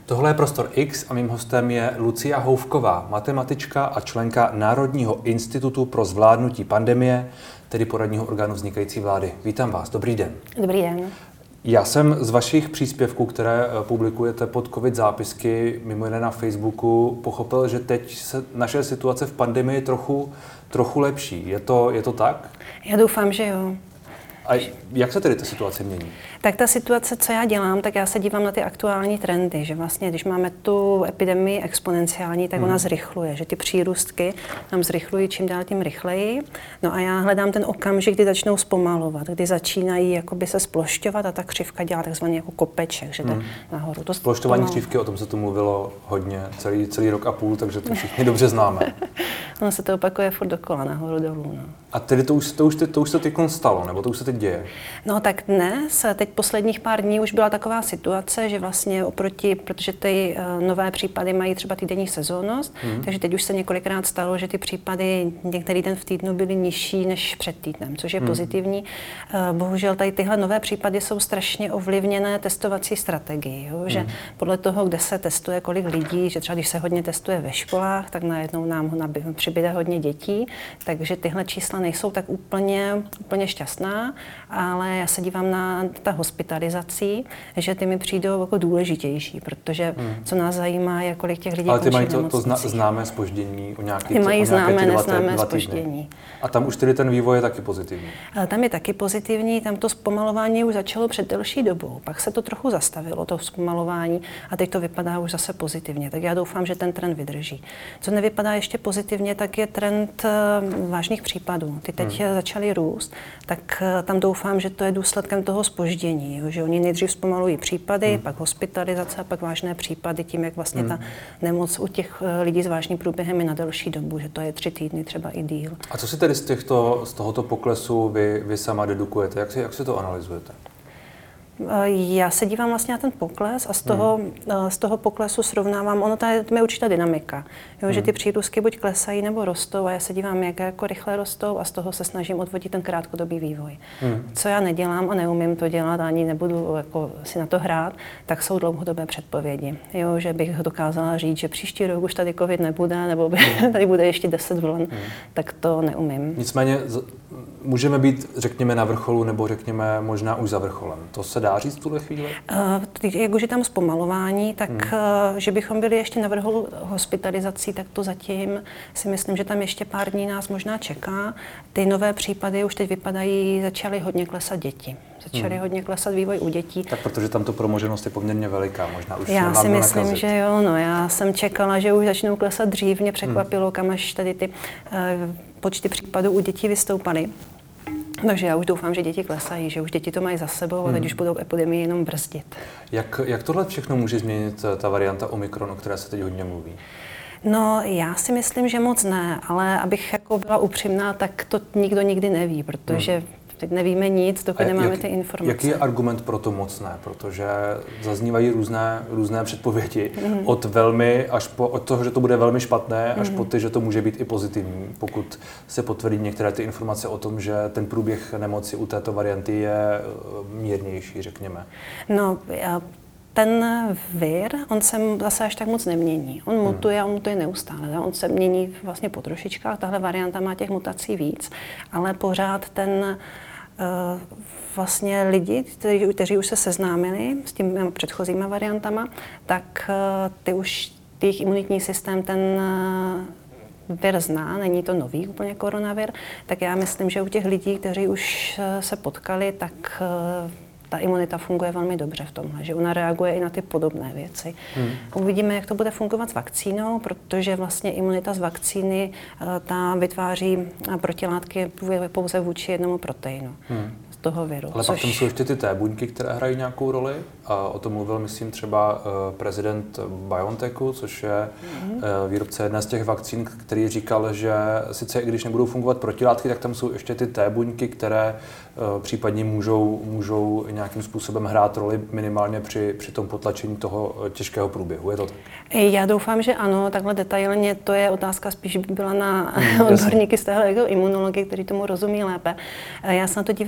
Tohle je Prostor X a mým hostem je Lucia Houfková, matematička a členka Národního institutu pro zvládnutí pandemie, tedy poradního orgánu vznikající vlády. Vítám vás, dobrý den. Dobrý den. Já jsem z vašich příspěvků, které publikujete pod COVID zápisky, mimo jiné na Facebooku, pochopil, že teď se naše situace v pandemii trochu lepší. Je to tak? Já doufám, že jo. A jak se tedy ta situace mění? Tak ta situace, co já dělám, tak já se dívám na ty aktuální trendy, že vlastně, když máme tu epidemii exponenciální, tak ona zrychluje, že ty přírůstky nám zrychlují čím dál tím rychleji. No a já hledám ten okamžik, kdy začnou zpomalovat, kdy začínají jakoby se splošťovat a ta křivka dělá takzvaný jako kopeček, že jde nahoru. To splošťování křivky, o tom se tu mluvilo hodně, celý rok a půl, takže to všichni dobře známe. Ono se to opakuje furt dokola, nahoru dolů. No. A tedy to už se teď stalo, nebo to už se teď děje? No tak dnes, teď posledních pár dní už byla taková situace, že vlastně protože ty nové případy mají třeba týdenní sezónnost, takže teď už se několikrát stalo, že ty případy některý den v týdnu byly nižší než před týdnem, což je pozitivní. Bohužel tady tyhle nové případy jsou strašně ovlivněné testovací strategií, jo? Že podle toho, kde se testuje, kolik lidí, že třeba když se hodně testuje ve školách, tak najednou nám přibyde hodně dětí, takže tyhle čísla nejsou tak úplně šťastná, ale já se dívám na ta hospitalizací, že ty mi přijdou jako důležitější, protože co nás zajímá, je kolik těch lidí končí v nemocnicích. Ale ty mají to známé zpoždění o nějaké ty mají známé, neznámé zpoždění. A tam už tedy ten vývoj je taky pozitivní? Tam je taky pozitivní, tam to zpomalování už začalo před delší dobou, pak se to trochu zastavilo, to zpomalování, a teď to vypadá už zase pozitivně, tak já doufám, že ten trend vydrží. Co nevypadá ještě pozitivně, tak je trend vážných případů. Ty teď začaly růst, tak tam doufám, že to je důsledkem toho zpoždění, že oni nejdřív zpomalují případy, pak hospitalizace a pak vážné případy tím, jak vlastně ta nemoc u těch lidí s vážným průběhem je na delší dobu, že to je 3 týdny, třeba i díl. A co si tedy z tohoto poklesu vy sama dedukujete? Jak si to analyzujete? Já se dívám vlastně na ten pokles a z toho poklesu srovnávám, tam je určitá dynamika, jo, že ty přírůstky buď klesají nebo rostou a já se dívám, jak jako rychle rostou a z toho se snažím odvodit ten krátkodobý vývoj. Co já nedělám a neumím to dělat, ani nebudu jako si na to hrát, tak jsou dlouhodobé předpovědi. Jo, že bych dokázala říct, že příští rok už tady covid nebude, nebo tady bude ještě 10 vln, tak to neumím. Nicméně můžeme být, řekněme, na vrcholu nebo řekněme možná už za vrcholem. To se dá říct v tuhle chvíli? Jak už je tam zpomalování, tak že bychom byli ještě na vrcholu hospitalizací, tak to zatím si myslím, že tam ještě pár dní nás možná čeká. Ty nové případy už teď začaly hodně klesat děti. Začaly hodně klesat vývoj u dětí. Tak protože tam to promoženost je poměrně veliká, možná už já si myslím, nakazit. Že jo, no já jsem čekala, že už začnou klesat dřív, mě překvapilo, kam až tady ty počty případů u dětí vystoupaly. Takže já už doufám, že děti klesají, že už děti to mají za sebou a teď už budou epidemii jenom brzdit. Jak tohle všechno může změnit ta varianta Omikron, o které se teď hodně mluví? No, já si myslím, že moc ne, ale abych jako byla upřímná, tak to nikdo nikdy neví, protože teď nevíme nic, dokud nemáme ty informace. Jaký je argument pro to moc ne? Protože zaznívají různé předpovědi od toho, že to bude velmi špatné, až po ty, že to může být i pozitivní, pokud se potvrdí některé ty informace o tom, že ten průběh nemoci u této varianty je mírnější, řekněme. No, ten vir, on se zase až tak moc nemění. On mutuje neustále. On se mění vlastně po trošičkách. Tahle varianta má těch mutací víc, ale pořád vlastně lidi, kteří už se seznámili s těmi předchozíma variantama, tak jejich imunitní systém ten vir zná, není to nový úplně koronavir, tak já myslím, že u těch lidí, kteří už se potkali, tak ta imunita funguje velmi dobře v tomhle, že ona reaguje i na ty podobné věci. Uvidíme, jak to bude fungovat s vakcínou, protože vlastně imunita z vakcíny ta vytváří protilátky pouze vůči jednomu proteinu. Toho viru. Ale pak tam jsou ještě ty té buňky, které hrají nějakou roli. A o tom mluvil, myslím, třeba prezident BioNTechu, což je výrobce jedné z těch vakcín, který říkal, že sice i když nebudou fungovat protilátky, tak tam jsou ještě ty té buňky, které případně můžou nějakým způsobem hrát roli minimálně při tom potlačení toho těžkého průběhu. Je to tak? Já doufám, že ano, takhle detailně. To je otázka spíš byla na odborníky z téhle imunologie, kteří tomu rozumí lépe. Já se na to dívám tak, že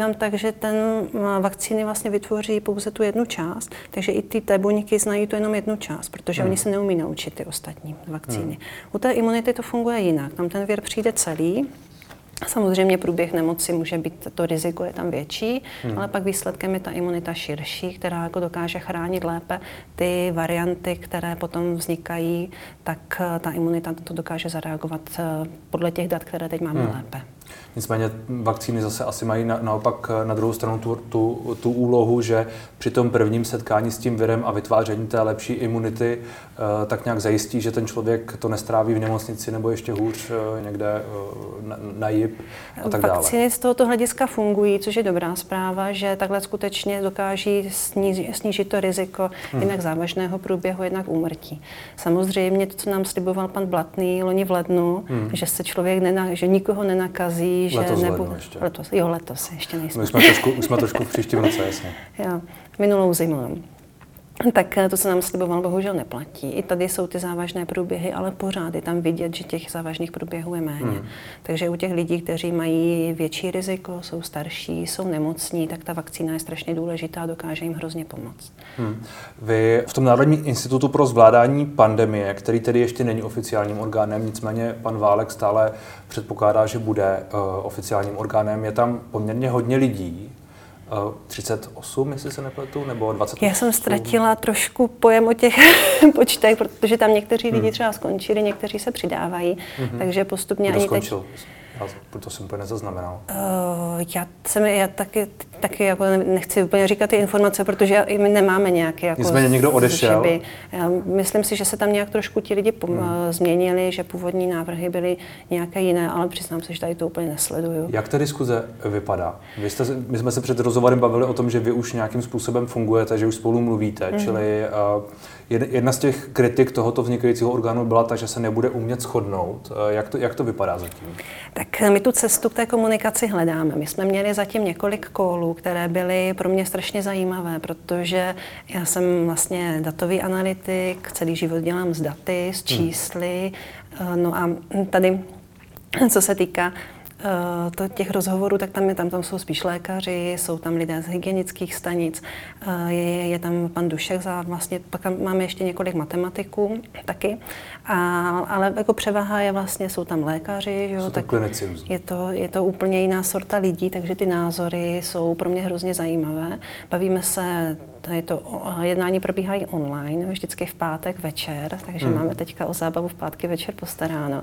že ten vakcíny vlastně vytvoří pouze tu jednu část, takže i ty T buňky znají tu jenom jednu část, protože oni se neumí naučit ty ostatní vakcíny. U té imunity to funguje jinak. Tam ten vir přijde celý. Samozřejmě průběh nemoci může být, to riziko je tam větší, ale pak výsledkem je ta imunita širší, která jako dokáže chránit lépe ty varianty, které potom vznikají, tak ta imunita to dokáže zareagovat podle těch dat, které teď máme lépe. Nicméně vakcíny zase asi mají naopak na druhou stranu tu úlohu, že při tom prvním setkání s tím virem a vytváření té lepší imunity tak nějak zajistí, že ten člověk to nestráví v nemocnici nebo ještě hůř někde na JIP a tak dále. Vakcíny z tohoto hlediska fungují, což je dobrá zpráva, že takhle skutečně dokáží snížit to riziko jednak závažného průběhu, jednak úmrtí. Samozřejmě to, co nám sliboval pan Blatný loni v lednu, že se člověk že nikoho nenakazí, že letos ještě nejsme. Už jsme trošku v příštím roce, jasně. Jo, minulou zimu. Tak to, co nám sliboval, bohužel neplatí. I tady jsou ty závažné průběhy, ale pořád je tam vidět, že těch závažných průběhů je méně. Takže u těch lidí, kteří mají větší riziko, jsou starší, jsou nemocní, tak ta vakcína je strašně důležitá a dokáže jim hrozně pomoct. Vy v tom Národním institutu pro zvládání pandemie, který tedy ještě není oficiálním orgánem, nicméně pan Válek stále předpokládá, že bude oficiálním orgánem, je tam poměrně hodně lidí. 38, jestli se nepletu, nebo 28? Já jsem ztratila trošku pojem o těch počtech, protože tam někteří lidi třeba skončili, někteří se přidávají, takže postupně Kdo skončil? To jsem úplně nezaznamenal. Já taky jako nechci úplně říkat ty informace, protože my nemáme nějaké jako nicméně někdo odešel. Myslím si, že se tam nějak trošku ti lidi změnili, že původní návrhy byly nějaké jiné, ale přiznám se, že tady to úplně nesleduju. Jak ta diskuze vypadá? My jsme se před rozhovorem bavili o tom, že vy už nějakým způsobem fungujete, že už spolu mluvíte, čili jedna z těch kritik tohoto vznikajícího orgánu byla ta, že se nebude umět shodnout. Jak to vypadá zatím? Tak my tu cestu k té komunikaci hledáme. My jsme měli zatím několik callů, které byly pro mě strašně zajímavé, protože já jsem vlastně datový analytik, celý život dělám s daty, s čísly. No a tady, co se týká těch rozhovorů, tak tam jsou spíš lékaři, jsou tam lidé z hygienických stanic, je tam pan Dušek, vlastně pak tam máme ještě několik matematiků taky, ale jako převaha je vlastně, jsou tam lékaři, jsou tak klinici. Je to úplně jiná sorta lidí, takže ty názory jsou pro mě hrozně zajímavé. Bavíme se, jednání probíhají online, vždycky v pátek večer, takže máme teďka o zábavu v pátky večer postaráno.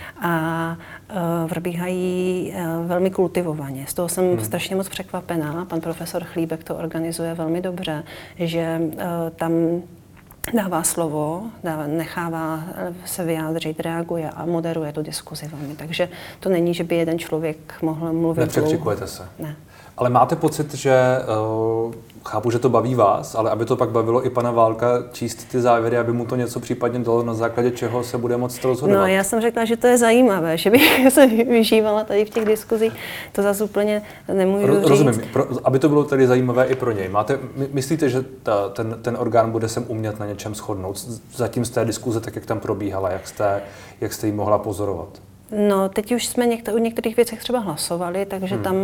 A probíhají velmi kultivovaně. Z toho jsem strašně moc překvapená. Pan profesor Chlíbek to organizuje velmi dobře, že tam dává slovo, nechává se vyjádřit, reaguje a moderuje tu diskuzi velmi. Takže to není, že by jeden člověk mohl mluvit dlouho. Nepřekřikujete se? Ne. Ale máte pocit, že chápu, že to baví vás, ale aby to pak bavilo i pana Válka číst ty závěry, aby mu to něco případně dalo, na základě čeho se bude moct rozhodovat? No, já jsem řekla, že to je zajímavé, že bych se vyžívala tady v těch diskuzích. To zase úplně nemůžu říct. Rozumím, aby to bylo tady zajímavé i pro něj. Myslíte, že ten orgán bude sem umět na něčem shodnout? Zatím z té diskuze, tak jak tam probíhala, jak jste ji mohla pozorovat? No, teď už jsme u některých věcech třeba hlasovali, takže tam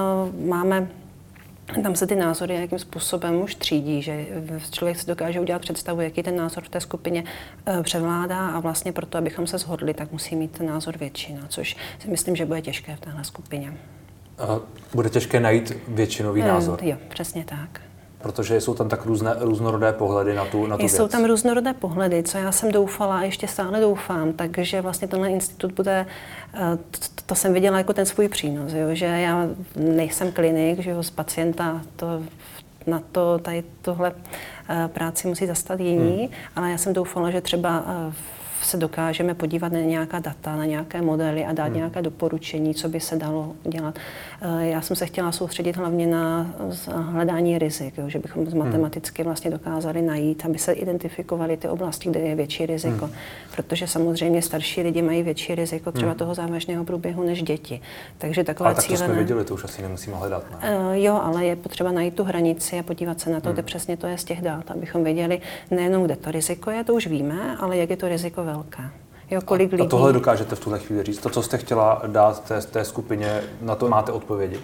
se ty názory nějakým způsobem už třídí, že člověk si dokáže udělat představu, jaký ten názor v té skupině převládá a vlastně proto, abychom se shodli, tak musí mít ten názor většina, což si myslím, že bude těžké v téhle skupině. Bude těžké najít většinový názor? Jo, přesně tak. Protože jsou tam tak různorodé pohledy na tu věc. Jsou tam různorodé pohledy, co já jsem doufala a ještě stále doufám, takže vlastně tenhle institut bude, to jsem viděla jako ten svůj přínos, jo, že já nejsem klinik, že jo, z pacienta tady tohle práci musí zastat jiní, ale já jsem doufala, že třeba se dokážeme podívat na nějaká data, na nějaké modely a dát nějaké doporučení, co by se dalo dělat. Já jsem se chtěla soustředit hlavně na hledání rizik, že bychom matematicky vlastně dokázali najít, aby se identifikovaly ty oblasti, kde je větší riziko. Protože samozřejmě starší lidi mají větší riziko třeba toho závažného průběhu než děti. Takže takové tak to jsme věděli, to už asi nemusíme hledat. Ne? Jo, ale je potřeba najít tu hranici a podívat se na to, kde přesně to je z těch dat, abychom věděli nejenom, kde to riziko je, to už víme, ale jak je to riziko velké. Jo, kolik lidí. A tohle dokážete v tuhle chvíli říct? To, co jste chtěla dát té skupině, na to máte odpovědi?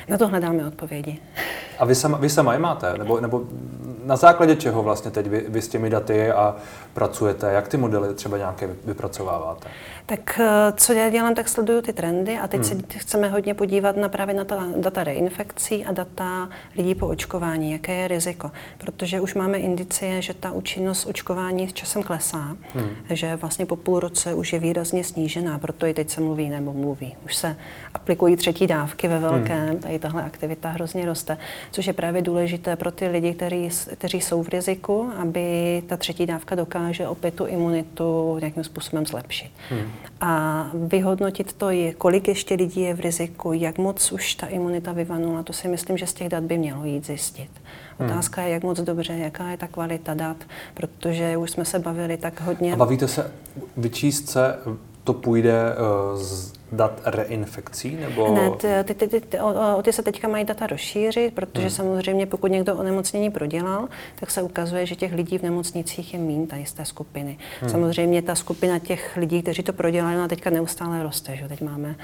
Na to hledáme odpovědi. A vy sama je máte? Nebo na základě čeho vlastně teď vy s těmi daty a pracujete? Jak ty modely třeba nějaké vypracováváte? Tak co já dělám, tak sleduju ty trendy a teď se chceme hodně podívat právě na ta data reinfekcí a data lidí po očkování, jaké je riziko. Protože už máme indicie, že ta účinnost očkování s časem klesá, že vlastně po půl roce už je výrazně snížená, proto i teď se mluví. Už se aplikují třetí dávky ve velkém, tady tahle aktivita hrozně roste, což je právě důležité pro ty lidi, kteří jsou v riziku, aby ta třetí dávka dokáže opět tu imunitu nějakým způsobem zlepšit. A vyhodnotit to, kolik ještě lidí je v riziku, jak moc už ta imunita vyvanula, to si myslím, že z těch dat by mělo jít zjistit. Otázka je, jak moc dobře, jaká je ta kvalita dat, protože už jsme se bavili tak hodně. A bavíte se, vyčíst se, to půjde z dat reinfekcí? Nebo... Ne, ty se teďka mají data rozšířit, protože samozřejmě pokud někdo onemocnění prodělal, tak se ukazuje, že těch lidí v nemocnicích je míň tady z té skupiny. Samozřejmě ta skupina těch lidí, kteří to prodělali, no teďka neustále roste, že?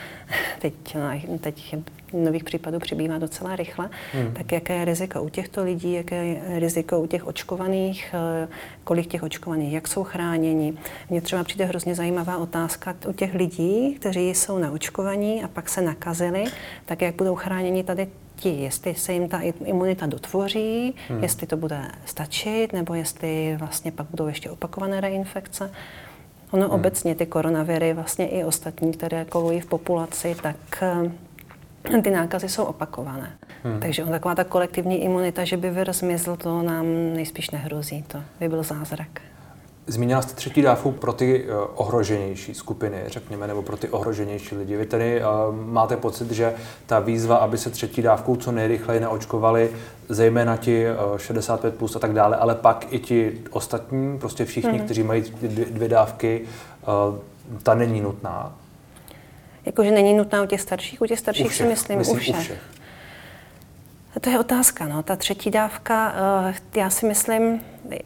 Teď nových případů přibývá docela rychle. Tak jaké je riziko u těchto lidí, jaké je riziko u těch očkovaných, kolik těch očkovaných, jak jsou chráněni. Mně třeba přijde hrozně zajímavá otázka u těch lidí, kteří jsou naočkovaní a pak se nakazili, tak jak budou chráněni tady ti, jestli se jim ta imunita dotvoří, jestli to bude stačit, nebo jestli vlastně pak budou ještě opakované reinfekce. Ono obecně ty koronaviry, vlastně i ostatní, které kolují v populaci, tak ty nákazy jsou opakované. Takže taková ta kolektivní imunita, že by vir zmizl, to nám nejspíš nehrozí. To by byl zázrak. Zmínila jste třetí dávku pro ty ohroženější skupiny, řekněme, nebo pro ty ohroženější lidi. Vy tedy máte pocit, že ta výzva, aby se třetí dávkou co nejrychleji naočkovali, zejména ti 65 plus a tak dále, ale pak i ti ostatní, prostě všichni, kteří mají dvě dávky, ta není nutná? Jakože není nutná u těch starších? U těch starších si myslím u všech. To je otázka, no. Ta třetí dávka, já si myslím,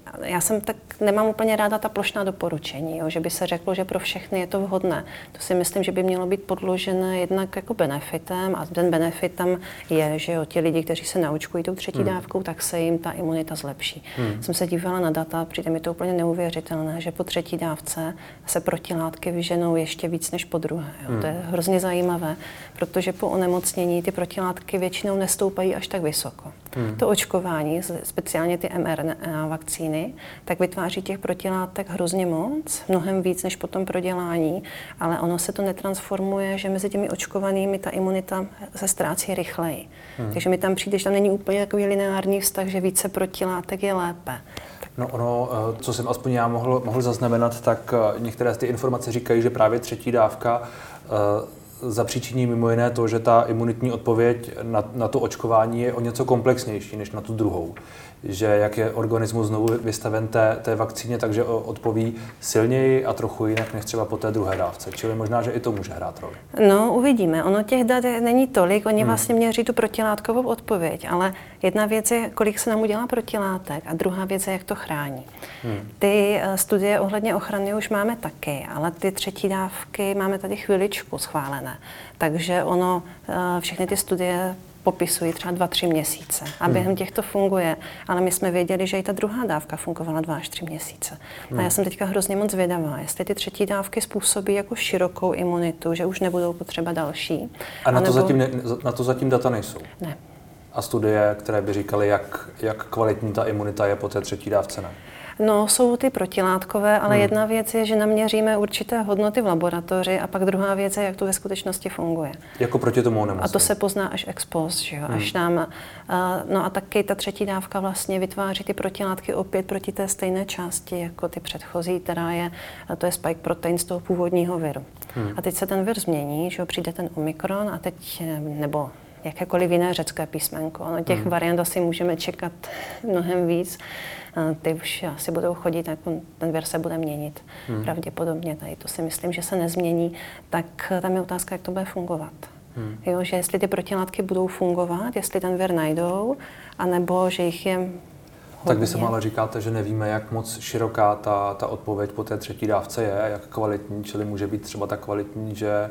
nemám úplně ráda ta plošná doporučení, jo, že by se řeklo, že pro všechny je to vhodné. To si myslím, že by mělo být podložené jednak jako benefitem a ten benefit tam je, že jo, ti lidi, kteří se naočkují tou třetí dávkou, tak se jim ta imunita zlepší. Jsem se dívala na data, přijde mi to úplně neuvěřitelné, že po třetí dávce se protilátky vyženou ještě víc než po druhé. Jo. To je hrozně zajímavé, protože po onemocnění ty protilátky většinou nestoupají až tak vysoko. To očkování, speciálně ty mRNA vakcíny, tak vytváří těch protilátek hrozně moc, mnohem víc než po tom prodělání, ale ono se to netransformuje, že mezi těmi očkovanými ta imunita se ztrácí rychleji. Takže mi tam přijde, že tam není úplně takový lineární vztah, že více protilátek je lépe. No ono, co jsem aspoň já mohl zaznamenat, tak některé z ty informace říkají, že právě třetí dávka zapříčiní mimo jiné to, že ta imunitní odpověď na to očkování je o něco komplexnější než na tu druhou. Že jak je organismus znovu vystaven té vakcíně, takže odpoví silněji a trochu jinak než třeba po té druhé dávce. Čili možná, že i to může hrát roli. No, uvidíme. Ono těch dat není tolik, oni vlastně měří tu protilátkovou odpověď, ale jedna věc je, kolik se nám udělá protilátek a druhá věc je, jak to chrání. Ty studie ohledně ochrany už máme taky, ale ty třetí dávky máme tady chviličku schválené. Takže ono, všechny ty studie popisují třeba 2-3 měsíce a během těch to funguje, ale my jsme věděli, že i ta druhá dávka fungovala 2 až 3 měsíce. A já jsem teďka hrozně moc zvědavá, jestli ty třetí dávky způsobí jako širokou imunitu, že už nebudou potřeba další. A na to zatím data nejsou? Ne. A studie, které by říkaly, jak kvalitní ta imunita je po té třetí dávce, ne? No, jsou ty protilátkové, ale jedna věc je, že naměříme určité hodnoty v laboratoři a pak druhá věc je, jak to ve skutečnosti funguje. Jako proti tomu onemocnění. A to se pozná až ex post, že jo, až nám. No a taky ta třetí dávka vlastně vytváří ty protilátky opět proti té stejné části jako ty předchozí, která je, to je spike protein z toho původního viru. A teď se ten vir změní, že jo, přijde ten omikron a teď, nebo jakékoliv jiné řecké písmenko. No, těch variant asi můžeme čekat mnohem víc. Ty už asi budou chodit, tak ten vir se bude měnit. Pravděpodobně tady to si myslím, že se nezmění. Tak tam je otázka, jak to bude fungovat. Jo, že jestli ty protilátky budou fungovat, jestli ten vir najdou, anebo že jich je hodně. Tak vy sama ale říkáte, že nevíme, jak moc široká ta odpověď po té třetí dávce je, jak kvalitní, čili může být třeba tak kvalitní, že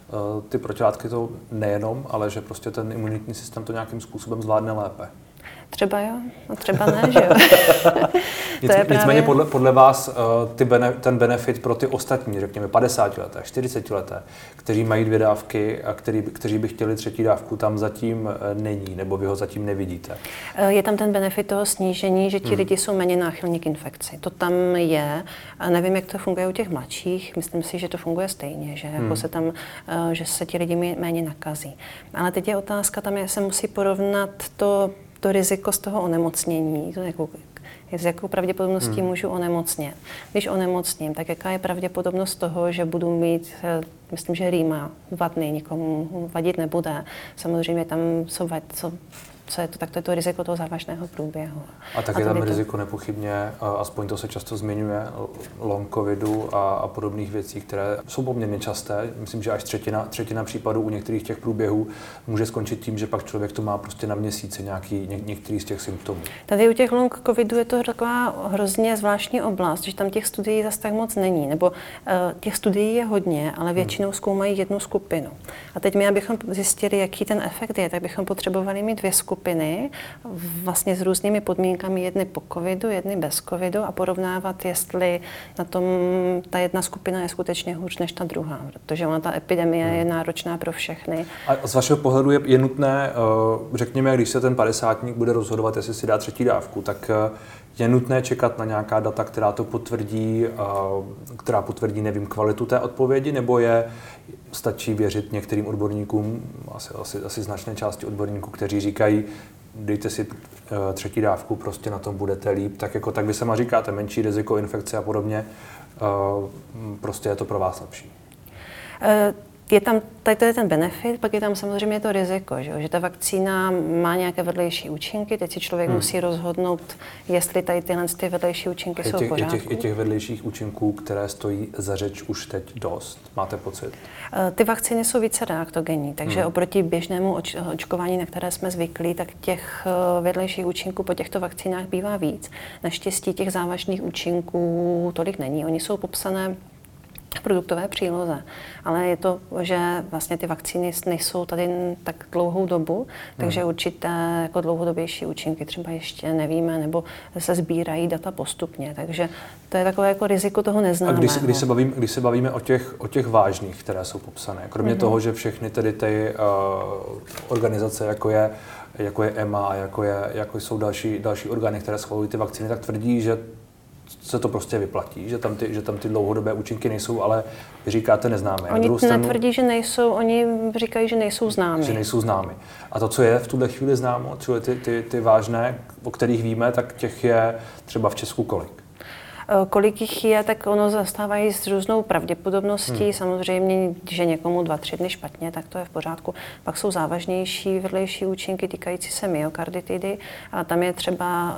ty protilátky to nejenom, ale že prostě ten imunitní systém to nějakým způsobem zvládne lépe. Třeba jo, a třeba ne, že jo. Nicméně podle vás ten benefit pro ty ostatní, řekněme 50leté, 40leté, kteří mají 2 dávky a kteří by chtěli 3. dávku, tam zatím není, nebo vy ho zatím nevidíte? Je tam ten benefit toho snížení, že ti lidi jsou méně náchylní k infekci. To tam je. A nevím, jak to funguje u těch mladších. Myslím si, že to funguje stejně, že, jako že se ti lidi méně nakazí. Ale teď je otázka, tam se musí porovnat to riziko z toho onemocnění, s jakou pravděpodobností můžu onemocnět. Když onemocním, tak jaká je pravděpodobnost toho, že budu mít, myslím, že rýma 2 dny, nikomu vadit nebude. Samozřejmě tam co je to, tak to je to riziko toho závažného průběhu. A tak je tam riziko nepochybně, aspoň to se často zmiňuje, long covidu a podobných věcí, které jsou poměrně časté. Myslím, že až třetina případů u některých těch průběhů může skončit tím, že pak člověk to má prostě na měsíce některý z těch symptomů. Tady u těch long covidů je to taková hrozně zvláštní oblast, že tam těch studií zase tak moc není. Nebo těch studií je hodně, ale většinou zkoumají jednu skupinu. A teď my, abychom zjistili, jaký ten efekt je, tak bychom potřebovali mít 2 skupiny, vlastně s různými podmínkami, jedny po covidu, jedny bez covidu a porovnávat, jestli na tom ta jedna skupina je skutečně hůř než ta druhá, protože ona ta epidemie je náročná pro všechny. A z vašeho pohledu je nutné, řekněme, když se ten 50ník bude rozhodovat, jestli si dá 3. dávku, tak je nutné čekat na nějaká data, která to potvrdí, nevím, kvalitu té odpovědi, nebo stačí věřit některým odborníkům, asi značné části odborníků, kteří říkají, dejte si 3. dávku, prostě na tom budete líp, tak vy sama říkáte, menší riziko infekce a podobně, prostě je to pro vás lepší. Tady to je ten benefit, pak je tam samozřejmě to riziko, že ta vakcína má nějaké vedlejší účinky, teď si člověk musí rozhodnout, jestli tady ty vedlejší účinky jsou v pořádku. Je těch vedlejších účinků, které stojí za řeč už teď dost, máte pocit? Ty vakcíny jsou více reaktogenní, takže oproti běžnému očkování, na které jsme zvyklí, tak těch vedlejších účinků po těchto vakcínách bývá víc. Naštěstí těch závažných účinků tolik není, oni jsou popsané v produktové příloze. Ale je to, že vlastně ty vakcíny nejsou tady tak dlouhou dobu, takže určité jako dlouhodobější účinky třeba ještě nevíme, nebo se sbírají data postupně. Takže to je takové jako riziko toho neznámého. A když se bavíme o těch vážných, které jsou popsané, kromě toho, že všechny tedy ty organizace, jako je EMA, jako jsou další orgány, které schvalují ty vakcíny, tak tvrdí, že se to prostě vyplatí, že tam ty dlouhodobé účinky nejsou, ale vy říkáte neznámé. Oni netvrdí, že nejsou, oni říkají, že nejsou známy. Že nejsou známy. A to, co je v tuhle chvíli známo, třeba ty vážné, o kterých víme, tak těch je třeba v Česku kolik? Kolik jich je, tak ono zastávají s různou pravděpodobností. Samozřejmě, že někomu 2-3 dny špatně, tak to je v pořádku. Pak jsou závažnější vedlejší účinky týkající se myokarditidy. A tam je třeba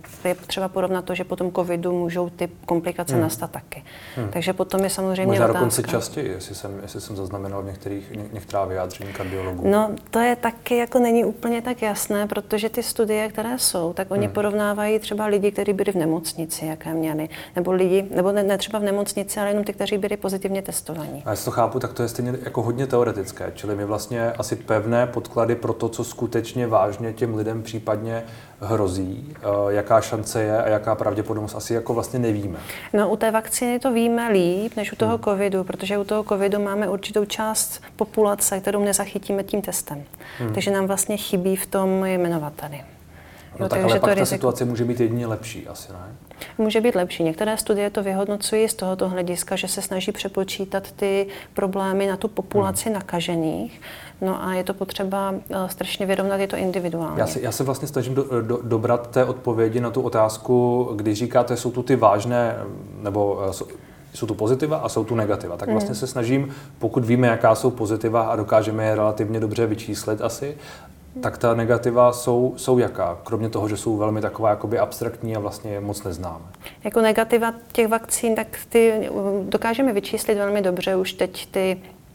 porovnat to, že po tom covidu můžou ty komplikace nastat taky. Takže potom je samozřejmě možná otázka. Dokonce častěji, jestli jsem zaznamenal některá vyjádření kardiologů. No, to je taky jako není úplně tak jasné, protože ty studie, které jsou, tak oni porovnávají třeba lidi, kteří byli v nemocnici, jaké měli. Nebo ne třeba v nemocnici, ale jenom ty, kteří byli pozitivně testovaní. A jestli to chápu, tak to je stejně jako hodně teoretické, čili my vlastně asi pevné podklady pro to, co skutečně vážně těm lidem případně hrozí, jaká šance je a jaká pravděpodobnost, asi jako vlastně nevíme. No, u té vakcíny to víme líp než u toho covidu, protože u toho covidu máme určitou část populace, kterou nezachytíme tím testem. Takže nám vlastně chybí v tom jmenovateli. No tak ale pak ta situace může být jedině lepší asi, ne? Může být lepší. Některé studie to vyhodnocují z tohoto hlediska, že se snaží přepočítat ty problémy na tu populaci nakažených. No a je to potřeba strašně vyrovnat, je to individuální. Já se vlastně snažím dobrat té odpovědi na tu otázku, když říkáte, jsou tu ty vážné, nebo jsou tu pozitiva a jsou tu negativa. Tak vlastně se snažím, pokud víme, jaká jsou pozitiva a dokážeme je relativně dobře vyčíslit asi, tak ta negativa jsou jaká? Kromě toho, že jsou velmi taková jakoby abstraktní a vlastně je moc neznáme. Jako negativa těch vakcín, tak ty dokážeme vyčíslit velmi dobře už teď ty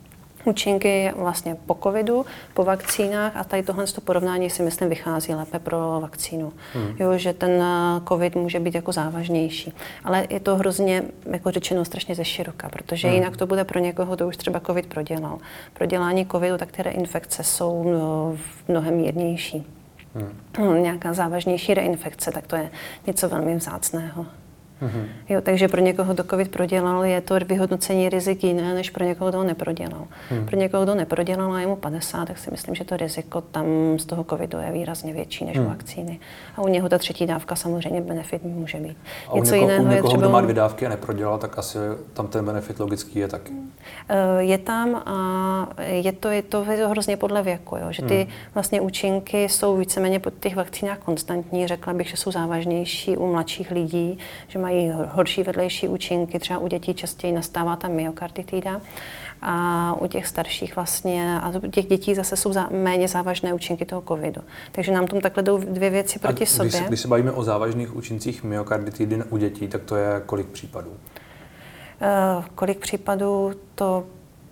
účinky vlastně po covidu, po vakcínách a tady tohle porovnání si myslím vychází lépe pro vakcínu. Jo, že ten covid může být jako závažnější. Ale je to hrozně, jako řečeno, strašně ze široka, protože jinak to bude pro někoho, to už třeba covid prodělal. Pro dělání covidu, tak ty reinfekce jsou mnohem mírnější. Nějaká závažnější reinfekce, tak to je něco velmi vzácného. Jo, takže pro někoho, kdo covid prodělal, je to vyhodnocení rizik jiné, než pro někoho, kdo ho neprodělal. Pro někoho, kdo neprodělal a je mu 50, tak si myslím, že to riziko tam z toho covidu je výrazně větší než u vakcíny. A u něho ta třetí dávka samozřejmě benefit může být. A něco jiného u někoho, kdo má 2 dávky a neprodělal, tak asi tam ten benefit logický je taky. Je tam a je to hrozně podle věku, jo, že ty vlastně účinky jsou víceméně po těch vakcínách konstantní. Řekla bych, že jsou závažnější u mladších lidí, že mají horší vedlejší účinky, třeba u dětí častěji nastává ta myokarditida a u těch starších vlastně, a u těch dětí zase jsou méně závažné účinky toho covidu. Takže nám tam takhle jdou dvě věci proti sobě. Když se bavíme o závažných účincích myokarditidy u dětí, tak to je kolik případů? Kolik případů, to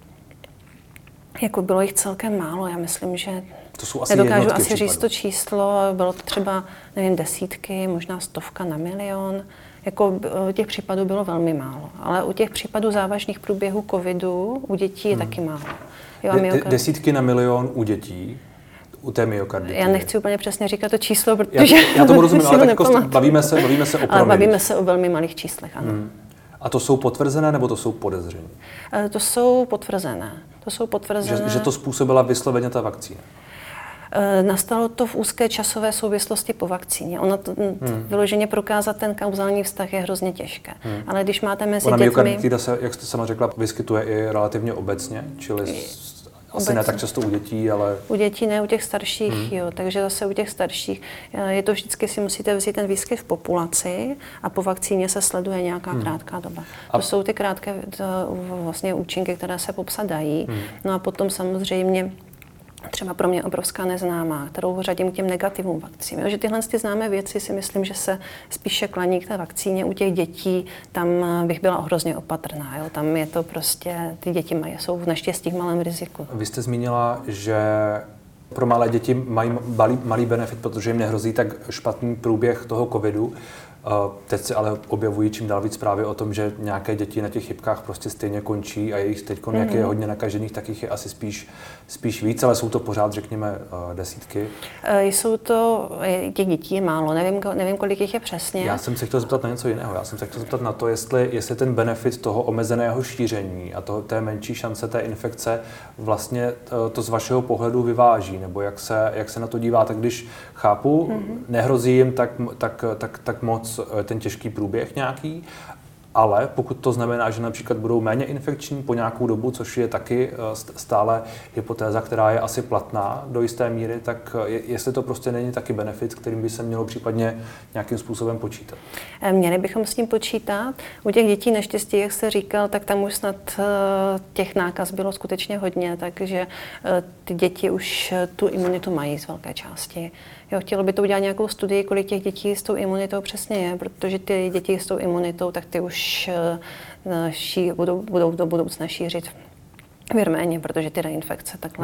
jako bylo jich celkem málo, já myslím, že to jsou asi nedokážu asi říct to číslo, bylo to třeba, nevím, desítky, možná 100 na milion. Jako těch případů bylo velmi málo, ale u těch případů závažných průběhů covidu u dětí je taky málo. Jo, desítky na milion u dětí, u té myokarditidy. Já nechci úplně přesně říkat to číslo, protože já tomu rozumím, ale tak jako bavíme se o promilích. Ale bavíme se o velmi malých číslech, ano. A to jsou potvrzené, nebo to jsou podezření? To jsou potvrzené. Že to způsobila vysloveně ta vakcína? Nastalo to v úzké časové souvislosti po vakcíně. Ono to vyloženě prokázat ten kauzální vztah je hrozně těžké. Ale když máte mezi dětmi... Myokarditida se, jak jste sama řekla, vyskytuje i relativně obecně, čili asi ne tak často u dětí, ale... U dětí ne, u těch starších, jo. Takže zase u těch starších je to vždycky, si musíte vzít ten výskyt v populaci a po vakcíně se sleduje nějaká krátká doba. To jsou ty krátké vlastně účinky, které se popsat dají. No a potom samozřejmě třeba pro mě obrovská neznámá, kterou řadím k těm negativům vakcín. Že tyhle známé věci si myslím, že se spíše klaní k té vakcíně. U těch dětí tam bych byla hrozně opatrná. Jo? Tam je to prostě, ty děti jsou v naštěstí v malém riziku. Vy jste zmínila, že pro malé děti mají malý benefit, protože jim nehrozí tak špatný průběh toho covidu. Teď se ale objevují čím dál víc zprávy o tom, že nějaké děti na těch chybkách prostě stejně končí a je jich teď, jak je hodně nakažených, tak jich je asi spíš víc, ale jsou to pořád, řekněme, desítky. Jsou to, těch dětí je málo, nevím, kolik jich je přesně. Já jsem se chtěl zeptat na něco jiného. Já jsem se chtěl zeptat na to, jestli ten benefit toho omezeného šíření a té menší šance té infekce vlastně to z vašeho pohledu vyváží, nebo jak se na to díváte, když chápu, nehrozí jim tak moc ten těžký průběh nějaký, ale pokud to znamená, že například budou méně infekční po nějakou dobu, což je taky stále hypotéza, která je asi platná do jisté míry, tak jestli to prostě není taky benefit, kterým by se mělo případně nějakým způsobem počítat? Měli bychom s tím počítat. U těch dětí naštěstí, jak jste říkal, tak tam už snad těch nákaz bylo skutečně hodně, takže ty děti už tu imunitu mají z velké části. Jo, chtělo by to udělat nějakou studii, kolik těch dětí s tou imunitou přesně je, protože ty děti s tou imunitou, tak ty už budou do budoucna šířit méně, protože ty reinfekce takhle,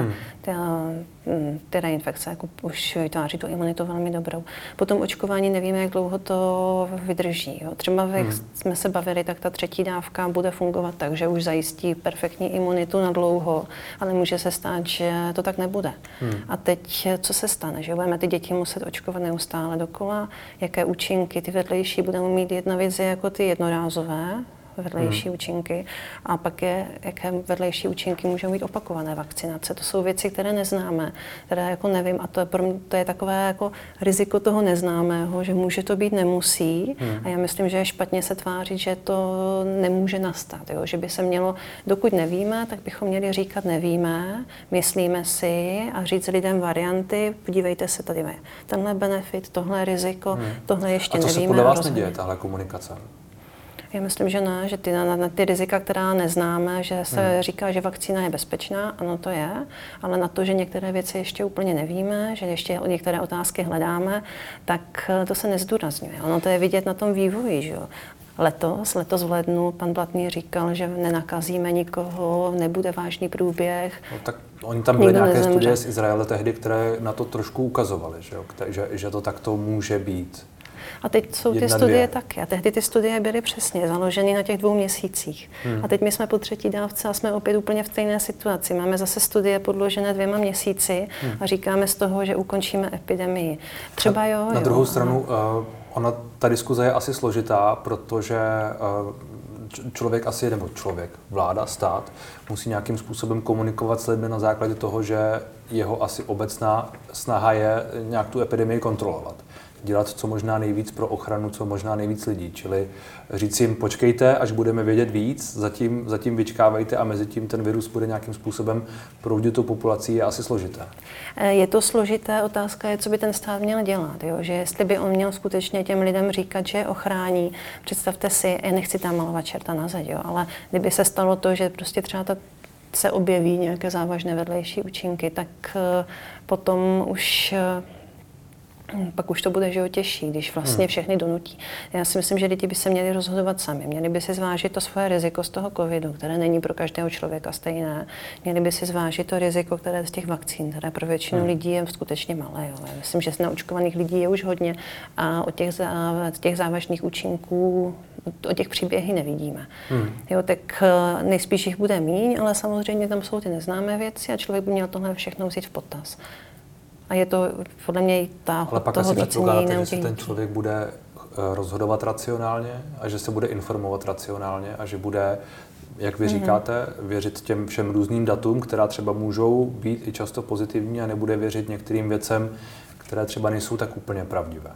ty reinfekce jako už vytváří tu imunitu velmi dobrou. Potom očkování nevíme, jak dlouho to vydrží. Jo. Třeba jak jsme se bavili, tak ta třetí dávka bude fungovat tak, že už zajistí perfektní imunitu na dlouho, ale může se stát, že to tak nebude. A teď co se stane? Že budeme ty děti muset očkovat neustále dokola, jaké účinky, ty vedlejší budeme mít. Jedna věc je jako ty jednorázové vedlejší účinky a pak jaké vedlejší účinky můžou mít opakované vakcinace. To jsou věci, které neznáme, které jako nevím a to je takové jako riziko toho neznámého, že může to být, nemusí a já myslím, že je špatně se tvářit, že to nemůže nastat, jo? Že by se mělo, dokud nevíme, tak bychom měli říkat nevíme, myslíme si a říct lidem varianty, podívejte se, tady je tenhle benefit, tohle riziko, tohle ještě nevíme. A co se podle vás neděje, tahle komunikace? Já myslím, že ne, že na ty rizika, která neznáme, že se říká, že vakcína je bezpečná, ano to je, ale na to, že některé věci ještě úplně nevíme, že ještě některé otázky hledáme, tak to se nezdůrazňuje. Ono to je vidět na tom vývoji, že jo. Letos v lednu pan Blatný říkal, že nenakazíme nikoho, nebude vážný průběh. No, tak oni tam byly nějaké studie z Izraele tehdy, které na to trošku ukazovaly, že to takto může být. A teď jsou ty studie taky. A tehdy ty studie byly přesně založeny na těch 2 měsících. A teď my jsme po 3. dávce a jsme opět úplně v stejné situaci. Máme zase studie podložené 2 měsíci a říkáme z toho, že ukončíme epidemii. Třeba na druhou stranu, ta diskuze je asi složitá, protože vláda, stát, musí nějakým způsobem komunikovat s lidmi na základě toho, že jeho asi obecná snaha je nějak tu epidemii kontrolovat. Dělat co možná nejvíc pro ochranu, co možná nejvíc lidí. Čili říct jim, počkejte, až budeme vědět víc, zatím vyčkávejte a mezi tím ten virus bude nějakým způsobem proudit tu populací, je asi složité. Je to složité, otázka je, co by ten stát měl dělat. Jo? Že jestli by on měl skutečně těm lidem říkat, že je ochrání. Představte si, já nechci tam malovat čerta na zeď, jo? Ale kdyby se stalo to, že prostě třeba se objeví nějaké závažné vedlejší účinky, tak potom pak už to bude těžší, když vlastně všechny donutí. Já si myslím, že lidi by se měli rozhodovat sami. Měli by si zvážit to svoje riziko z toho covidu, které není pro každého člověka stejné. Měli by si zvážit to riziko, které z těch vakcín, které pro většinu lidí je skutečně malé. Jo. Já myslím, že z naočkovaných lidí je už hodně a od těch závažných účinků, o těch příběhy nevidíme. Jo, tak nejspíš jich bude míň, ale samozřejmě tam jsou ty neznámé věci a člověk by měl tohle všechno vzít v potaz. A je to podle mě i ale pak asi předpokládáte, že se ten člověk bude rozhodovat racionálně a že se bude informovat racionálně a že bude, jak vy říkáte, věřit těm všem různým datům, která třeba můžou být i často pozitivní a nebude věřit některým věcem, které třeba nejsou tak úplně pravdivé.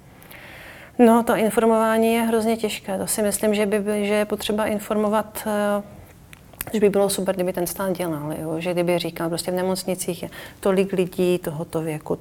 No, to informování je hrozně těžké. To si myslím, že je potřeba informovat. Že by bylo super, kdyby ten stát dělal, jo? Že kdyby říkal, prostě v nemocnicích je tolik lidí tohoto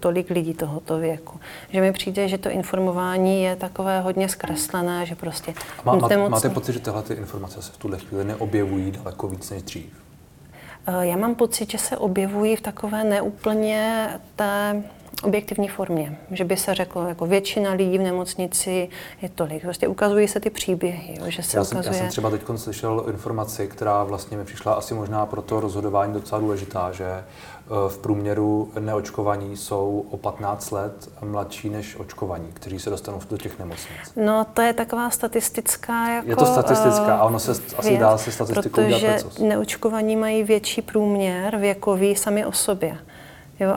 věku. Že mi přijde, že to informování je takové hodně zkreslené, že prostě... Máte pocit, že tyhle informace se v tuhle chvíli neobjevují daleko víc než dřív? Já mám pocit, že se objevují v takové neúplně té objektivní formě, že by se řeklo, jako většina lidí v nemocnici je tolik. Prostě ukazují se ty příběhy, jo, že se Já jsem třeba teď slyšel informaci, která vlastně mi přišla asi možná pro to rozhodování docela důležitá, že v průměru neočkovaní jsou o 15 let mladší než očkovaní, kteří se dostanou do těch nemocnic. No, to je taková statistická jako je to statistická a ono se asi dá se statistikou dělat lecos. Protože neočkovaní mají větší průměr věkový sami o sobě. Jo,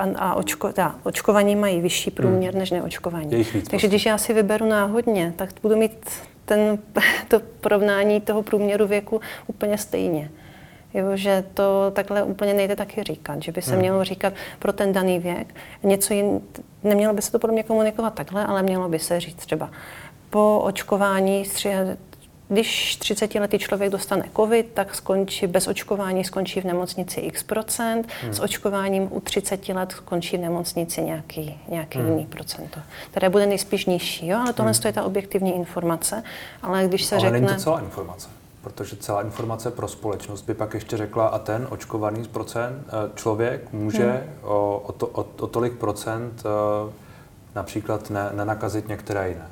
očkovaní mají vyšší průměr než neočkovaní. Takže když já si vyberu náhodně, tak budu mít to porovnání toho průměru věku úplně stejně. Jo, že to takhle úplně nejde taky říkat, že by se mělo říkat pro ten daný věk něco nemělo by se to podle mě komunikovat takhle, ale mělo by se říct třeba po očkování, když 30letý člověk dostane covid, tak bez očkování skončí v nemocnici x%, s očkováním u 30 let skončí v nemocnici nějaký jiný procento, které bude nejspíš nižší, jo? Ale tohle je ta objektivní informace, ale když se řekne... Ale není to celá informace, protože celá informace pro společnost by pak ještě řekla, a ten očkovaný člověk může o tolik procent například nenakazit některé jiné.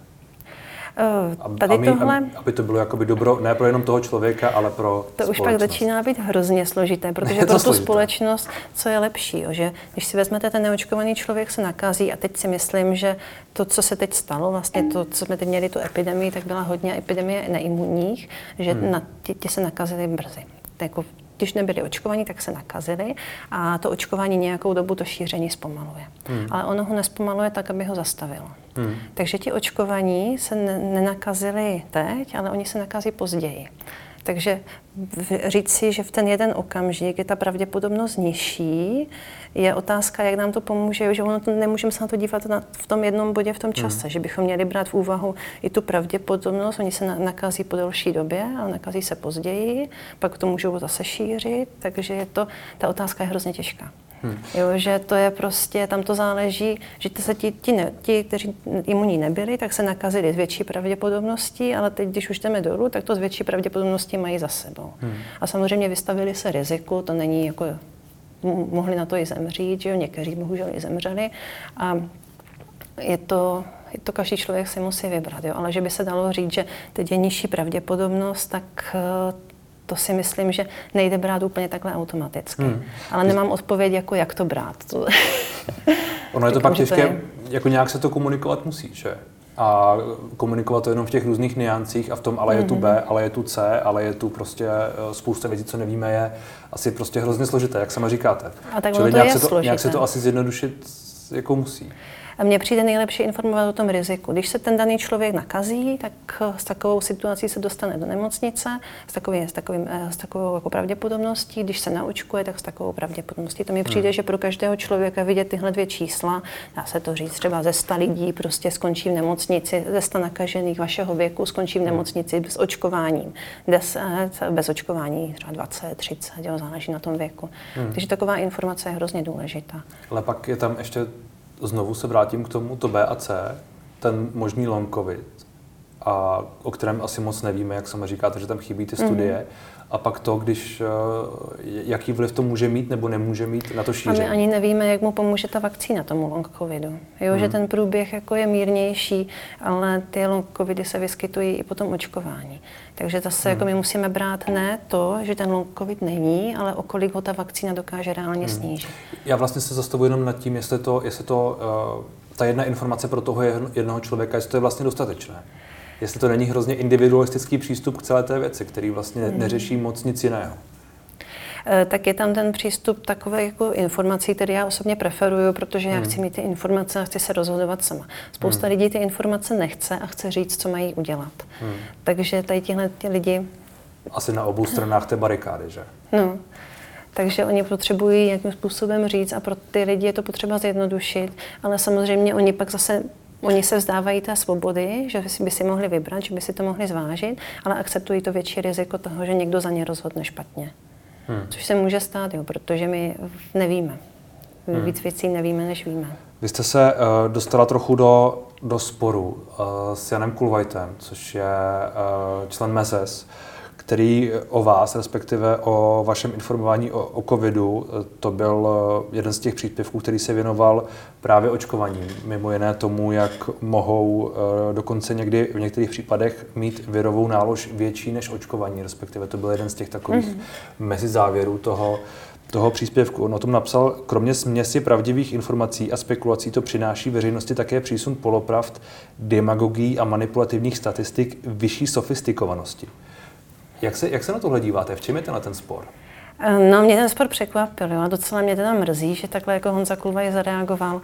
Aby to bylo jakoby dobro, ne pro jenom toho člověka, ale pro to už pak začíná být hrozně složité, protože pro tu společnost, co je lepší, že když si vezmete, ten neočkovaný člověk se nakazí a teď si myslím, že to, co se teď stalo, vlastně to, co jsme teď měli tu epidemii, tak byla hodně epidemie neimunních, že ti se nakazili brzy. Jako, když nebyli očkovaní, tak se nakazili a to očkování nějakou dobu to šíření zpomaluje. Ale ono ho nespomaluje tak, aby ho zastavilo. Takže ti očkovaní se nenakazili teď, ale oni se nakazí později. Takže říct si, že v ten jeden okamžik je ta pravděpodobnost nižší, je otázka, jak nám to pomůže, že nemůžeme se na to dívat v tom jednom bodě v tom čase, že bychom měli brát v úvahu i tu pravděpodobnost, oni se nakazí po delší době, ale nakazí se později, pak to můžou zase šířit, takže ta otázka je hrozně těžká. Jo, že to je prostě, tam to záleží, že se ti, kteří imunní nebyli, tak se nakazili s větší pravděpodobností, ale teď, když už jdeme dolů, tak to s větší pravděpodobností mají za sebou. A samozřejmě vystavili se riziku, to není jako, mohli na to i zemřít, že jo, někteří bohužel i zemřeli a je to každý člověk si musí vybrat, jo? Ale že by se dalo říct, že teď je nižší pravděpodobnost, tak to si myslím, že nejde brát úplně takhle automaticky. Ale nemám odpověď, jako jak to brát. Ono je to pak těžké, jako nějak se to komunikovat musí, že? A komunikovat to jenom v těch různých niancích a v tom, ale je tu B, ale je tu C, ale je tu prostě spousta věcí, co nevíme, je asi prostě hrozně složité, jak sama říkáte. A tak čili nějak se to asi zjednodušit jako musí. A mně přijde nejlepší informovat o tom riziku. Když se ten daný člověk nakazí, tak s takovou situací se dostane do nemocnice, s takovou jako pravděpodobností. Když se naočkuje, tak s takovou pravděpodobností. To mi přijde, že pro každého člověka vidět tyhle dvě čísla, dá se to říct, třeba ze 100 lidí prostě skončí v nemocnici, ze 100 nakažených vašeho věku skončí v nemocnici s očkováním. 10 bez očkování, třeba 20, 30, jo, záleží na tom věku. Takže taková informace je hrozně důležitá. Ale pak je tam ještě znovu se vrátím k tomu, to B a C, ten možný long covid, a o kterém asi moc nevíme, jak sama říkáte, že tam chybí ty studie. A pak to, jaký vliv to může mít nebo nemůže mít na to šíření. A my ani nevíme, jak mu pomůže ta vakcína tomu long covidu. Jo, že ten průběh jako je mírnější, ale ty long covidy se vyskytují i po tom očkování. Takže zase jako my musíme brát ne to, že ten long covid není, ale o kolik ho ta vakcína dokáže reálně snížit. Já vlastně se zastavuji jenom nad tím, jestli to ta jedna informace pro toho jednoho člověka, jestli to je vlastně dostatečné. Jestli to není hrozně individualistický přístup k celé té věci, který vlastně neřeší moc nic jiného. Tak je tam ten přístup takové jako informací, který já osobně preferuju, protože já chci mít ty informace a chci se rozhodovat sama. Spousta lidí ty informace nechce a chce říct, co mají udělat. Takže tady tihle lidi... Asi na obou stranách té barikády, že? No. Takže oni potřebují nějakým způsobem říct a pro ty lidi je to potřeba zjednodušit, ale samozřejmě oni se vzdávají té svobody, že by si mohli vybrat, že by si to mohli zvážit, ale akceptují to větší riziko toho, že někdo za ně rozhodne špatně. Což se může stát, jo, protože my nevíme. Víc věcí nevíme, než víme. Vy jste se dostala trochu do sporu s Janem Kulvajtem, což je člen MEZES, který o vás, respektive o vašem informování o covidu, to byl jeden z těch příspěvků, který se věnoval právě očkování. Mimo jiné tomu, jak mohou dokonce někdy v některých případech mít virovou nálož větší než očkování, respektive to byl jeden z těch takových mezizávěrů toho příspěvku. On o tom napsal, kromě směsi pravdivých informací a spekulací to přináší veřejnosti také přísun polopravd, demagogií a manipulativních statistik vyšší sofistikovanosti. Jak se na tohle díváte? V čem je ten spor? No, mě ten spor překvapil, jo, a docela mě teda mrzí, že takhle jako Honza Kulvaj zareagoval.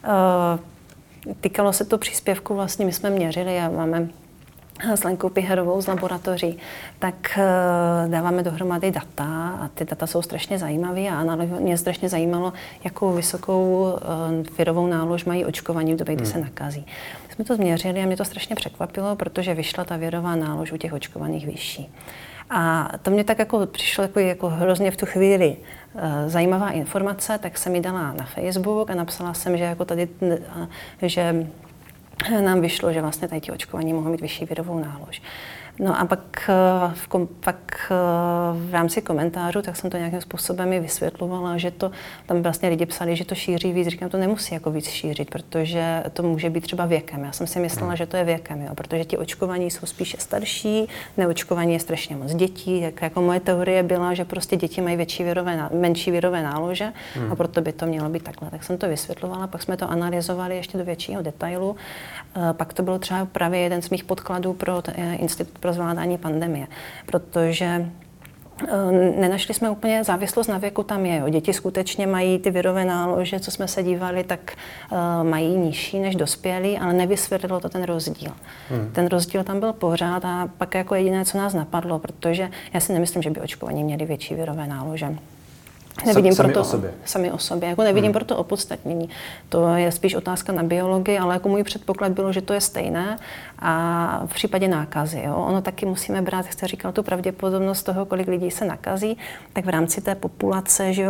Týkalo se to příspěvku, vlastně my jsme měřili a máme s Lenkou Piherovou z laboratoří, tak dáváme dohromady data a ty data jsou strašně zajímavé a mě strašně zajímalo, jakou vysokou virovou nálož mají očkovaní v době, kdy se nakazí. My jsme to změřili a mě to strašně překvapilo, protože vyšla ta virová nálož u těch očkovaných vyšší. A to mě tak jako přišlo jako hrozně v tu chvíli zajímavá informace, tak jsem ji dala na Facebook a napsala jsem, že jako tady, že nám vyšlo, že vlastně tady ti očkovaní mohou mít vyšší virovou nálož. No a pak v rámci komentářů, tak jsem to nějakým způsobem i vysvětlovala, že to, tam vlastně lidi psali, že to šíří víc. Říkám, to nemusí jako víc šířit, protože to může být třeba věkem. Já jsem si myslela, že to je věkem, jo, protože ti očkovaní jsou spíše starší, neočkovaní je strašně moc dětí. Jako moje teorie byla, že prostě děti mají menší virové nálože a proto by to mělo být takhle. Tak jsem to vysvětlovala, pak jsme to analyzovali ještě do většího detailu. Pak to bylo třeba právě jeden z mých podkladů pro Institut pro zvládání pandemie, protože nenašli jsme úplně závislost na věku, tam je. Jo. Děti skutečně mají ty virové nálože, co jsme se dívali, tak mají nižší než dospělí, ale nevysvětlilo to ten rozdíl. Ten rozdíl tam byl pořád a pak jako jediné, co nás napadlo, protože já si nemyslím, že by očkovaní měli větší virové nálože. Sami o sobě. Jako nevidím proto opodstatnění. To je spíš otázka na biologii, ale jako můj předpoklad bylo, že to je stejné a v případě nákazy. Jo, ono taky musíme brát, jak jste říkal, tu pravděpodobnost toho, kolik lidí se nakazí, tak v rámci té populace, že jo,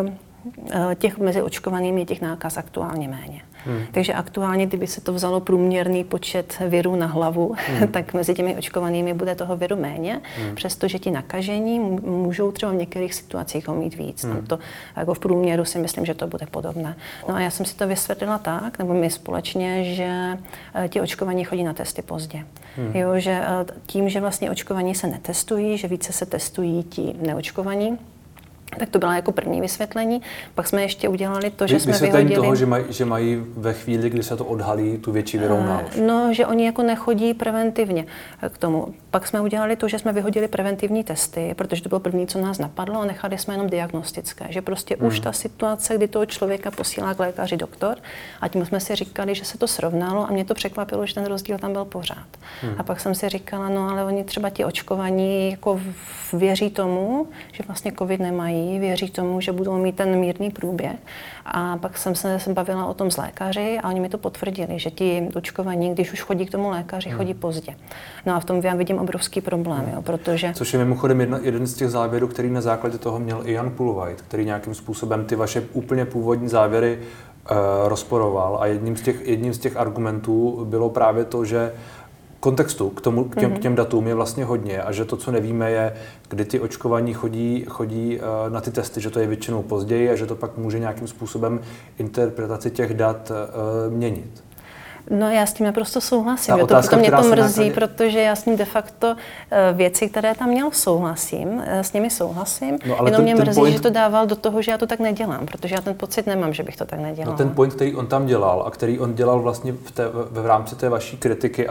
těch mezi očkovanými je těch nákaz aktuálně méně. Takže aktuálně, kdyby se to vzalo průměrný počet virů na hlavu, tak mezi těmi očkovanými bude toho viru méně, přestože ti nakažení můžou třeba v některých situacích ho mít víc. Tam to, jako v průměru si myslím, že to bude podobné. No a já jsem si to vysvětlila tak, nebo my společně, že ti očkovaní chodí na testy pozdě. Jo, že tím, že vlastně očkovaní se netestují, že více se testují ti neočkovaní, tak to bylo jako první vysvětlení. Pak jsme ještě udělali to, že jsme vyhodili... toho, že mají ve chvíli, kdy se to odhalí, tu větší virovou nálož. No, že oni jako nechodí preventivně k tomu. Pak jsme udělali to, že jsme vyhodili preventivní testy, protože to bylo první, co nás napadlo, a nechali jsme jenom diagnostické. Že prostě už ta situace, kdy toho člověka posílá k lékaři doktor, a tím jsme si říkali, že se to srovnalo, a mě to překvapilo, že ten rozdíl tam byl pořád. A pak jsem si říkala, no ale oni třeba ti očkovaní jako věří tomu, že vlastně covid nemají, věří tomu, že budou mít ten mírný průběh. A pak jsem se bavila o tom s lékaři a oni mi to potvrdili, že ti očkovaní, když už chodí k tomu lékaři, chodí pozdě. No a v tom já vidím obrovský problém, jo, protože... Což je mimochodem jeden z těch závěrů, který na základě toho měl i Jan Pulveit, který nějakým způsobem ty vaše úplně původní závěry rozporoval, a jedním z těch argumentů bylo právě to, že kontextu k těm datům je vlastně hodně, a že to, co nevíme, je, kdy ty očkovaní chodí na ty testy, že to je většinou později a že to pak může nějakým způsobem interpretaci těch dat měnit. No, já s tím naprosto souhlasím. To mě to mrzí, protože já s ním de facto věci, které tam měl, s nimi souhlasím. No, jenom mě mrzí, že to dával do toho, že já to tak nedělám, protože já ten pocit nemám, že bych to tak nedělal. No, ten point, který on tam dělal a který on dělal vlastně v rámci té vaší kritiky,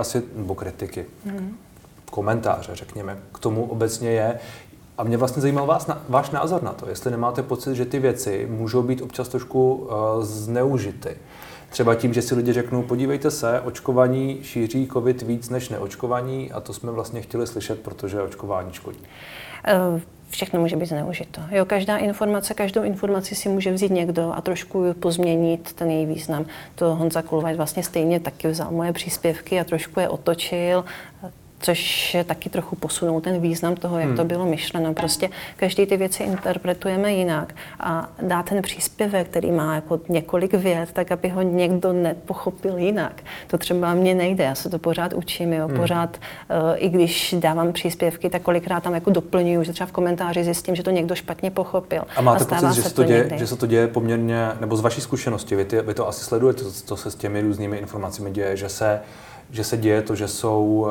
komentáře, řekněme, k tomu obecně je. A mě vlastně zajímal váš názor na to, jestli nemáte pocit, že ty věci můžou být občas trošku zneužity. Třeba tím, že si lidi řeknou, podívejte se, očkovaní šíří covid víc než neočkovaní, a to jsme vlastně chtěli slyšet, protože očkování škodí. Všechno může být zneužito. Jo, každou informaci si může vzít někdo a trošku pozměnit ten její význam. To Honza Kulveit vlastně stejně taky vzal moje příspěvky a trošku je otočil, což taky trochu posunul ten význam toho, jak to bylo myšleno. Prostě každý ty věci interpretujeme jinak a dá ten příspěvek, který má jako několik vět, tak aby ho někdo nepochopil jinak. To třeba mně nejde, já se to pořád učím, jo. Pořád, i když dávám příspěvky, tak kolikrát tam jako doplňuju, že třeba v komentáři zjistím, že to někdo špatně pochopil. A máte pocit, že se to děje poměrně, nebo z vaší zkušenosti, vy to asi sledujete, co se s těmi různými informacemi děje, že se děje to, že jsou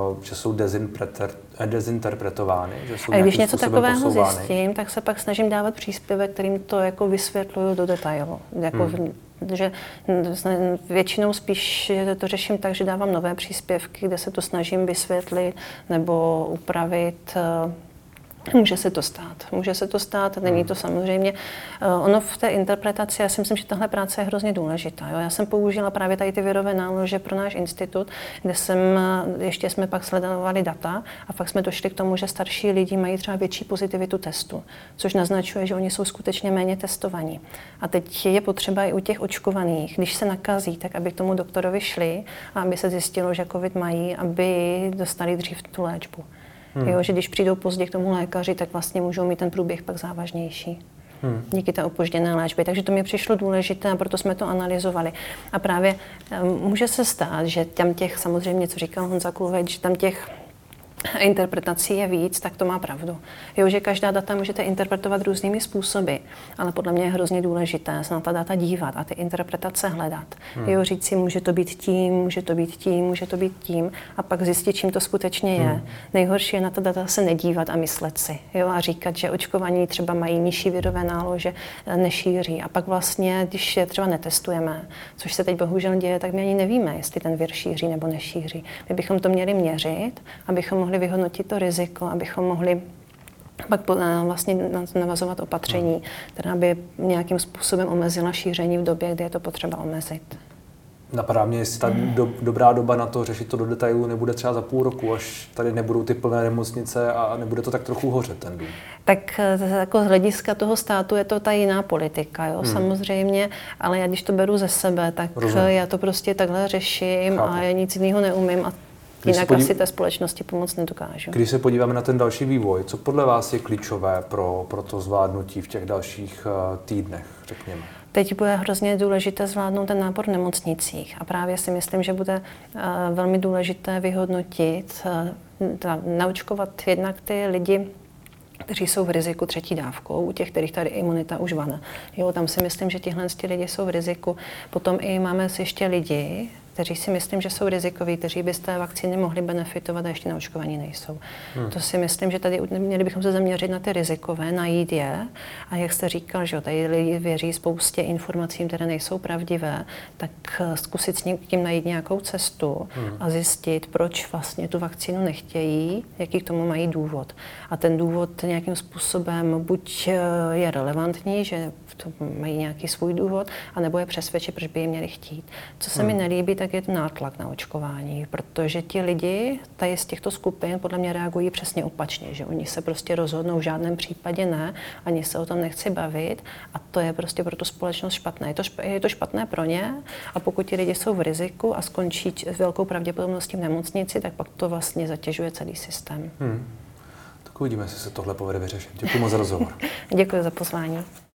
dezinterpretovány, že jsou a když něco takového zjistím, tak se pak snažím dávat příspěvek, kterým to jako vysvětluju do detailu. Jako že většinou spíš to řeším tak, že dávám nové příspěvky, kde se to snažím vysvětlit nebo upravit. Může se to stát, není to samozřejmě. Ono v té interpretaci, já si myslím, že tahle práce je hrozně důležitá. Jo? Já jsem použila právě tady ty virové nálože pro náš institut, kde ještě jsme pak sledovali data a pak jsme došli k tomu, že starší lidi mají třeba větší pozitivitu testu, což naznačuje, že oni jsou skutečně méně testovaní. A teď je potřeba i u těch očkovaných, když se nakazí, tak aby k tomu doktorovi šli a aby se zjistilo, že covid mají, aby dostali dřív tu léčbu. Jo, že když přijdou pozdě k tomu lékaři, tak vlastně můžou mít ten průběh pak závažnější. Díky té opožděné léčbě. Takže to mi přišlo důležité a proto jsme to analyzovali. A právě může se stát, že tam těch, samozřejmě, co říkal Honza Kulveit, že tam těch interpretací je víc, tak to má pravdu. Jo, že každá data můžete interpretovat různými způsoby, ale podle mě je hrozně důležité se na ta data dívat a ty interpretace hledat. Jo, říct si, může to být tím, může to být tím, může to být tím a pak zjistit, čím to skutečně je. Nejhorší je na ta data se nedívat a myslet si. Jo, a říkat, že očkovaní třeba mají nižší virové nálože, nešíří. A pak vlastně, když je třeba netestujeme, což se teď bohužel děje, tak my ani nevíme, jestli ten vir šíří nebo nešíří. My bychom to měli měřit, abychom mohli vyhodnotit to riziko, abychom mohli pak vlastně navazovat opatření, která by nějakým způsobem omezila šíření v době, kdy je to potřeba omezit. Napadá mě, jestli ta dobrá doba na to řešit to do detailu nebude třeba za půl roku, až tady nebudou ty plné nemocnice a nebude to tak trochu hořet ten dům. Tak jako z hlediska toho státu je to ta jiná politika, jo, samozřejmě, ale já když to beru ze sebe, tak já to prostě takhle řeším. Chápu. A já nic jiného neumím a Jinak asi té společnosti pomoct nedokážu. Když se podíváme na ten další vývoj, co podle vás je klíčové pro to zvládnutí v těch dalších týdnech, řekněme? Teď bude hrozně důležité zvládnout ten nápor v nemocnicích a právě si myslím, že bude velmi důležité vyhodnotit, naočkovat jednak ty lidi, kteří jsou v riziku třetí dávkou, u těch, kterých tady imunita už vane. Jo, tam si myslím, že tihle lidi jsou v riziku. Potom i máme ještě lidi, kteří si myslím, že jsou rizikoví, kteří by z té vakcíny mohli benefitovat a ještě naočkovaní nejsou. To si myslím, že tady měli bychom se zaměřit na ty rizikové, najít je. A jak jste říkal, že tady lidi věří spoustě informacím, které nejsou pravdivé, tak zkusit s tím najít nějakou cestu a zjistit, proč vlastně tu vakcínu nechtějí, jaký k tomu mají důvod. A ten důvod nějakým způsobem buď je relevantní, že to mají nějaký svůj důvod, anebo je přesvědčit, proč by je měli chtít. Co se mi nelíbí, tak je nátlak na očkování, protože ti lidi tady z těchto skupin podle mě reagují přesně opačně, že oni se prostě rozhodnou v žádném případě ne, ani se o tom nechci bavit a to je prostě pro tu společnost špatné. Je to špatné pro ně a pokud ti lidi jsou v riziku a skončí s velkou pravděpodobností v nemocnici, tak pak to vlastně zatěžuje celý systém. Tak uvidíme, jestli se tohle povede vyřešit. Děkuji moc za rozhovor. Děkuji za pozvání.